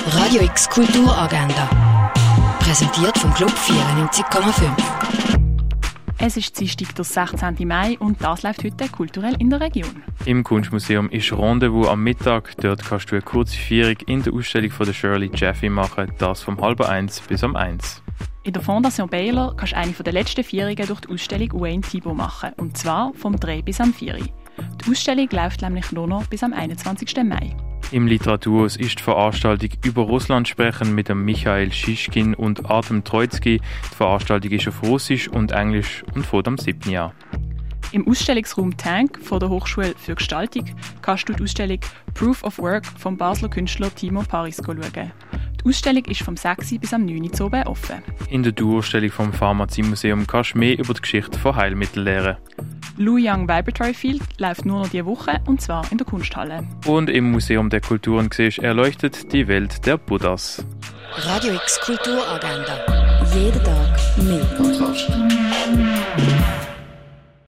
Radio X Kulturagenda. Präsentiert vom Club 94,5. Es ist Dienstag, der 16. Mai und das läuft heute kulturell in der Region. Im Kunstmuseum ist Rendezvous am Mittag. Dort kannst du eine kurze Feierung in der Ausstellung von der Shirley Jaffe machen, das vom 12:30 bis um 1. In der Fondation Baylor kannst du eine der letzten Feierungen durch die Ausstellung Wayne Thiebaud machen, und zwar vom 3 bis am 4. Die Ausstellung läuft nämlich nur noch bis am 21. Mai. Im Literaturhaus ist die Veranstaltung «Über Russland sprechen» mit dem Michael Schischkin und Artem Troitsky. Die Veranstaltung ist auf Russisch und Englisch und fängt am 7. Jahr. Im Ausstellungsraum Tank von der Hochschule für Gestaltung kannst du die Ausstellung «Proof of Work» vom Basler Künstler Timo Paris schauen. Die Ausstellung ist vom 6. bis am 9. Uhr offen. In der Dauerausstellung vom Pharmaziemuseum kannst du mehr über die Geschichte von Heilmitteln lernen. Lou Young Vibratory Field läuft nur noch diese Woche, und zwar in der Kunsthalle. Und im Museum der Kulturen siehst du erleuchtet die Welt der Buddhas. Radio X Kulturagenda. Jeden Tag mehr.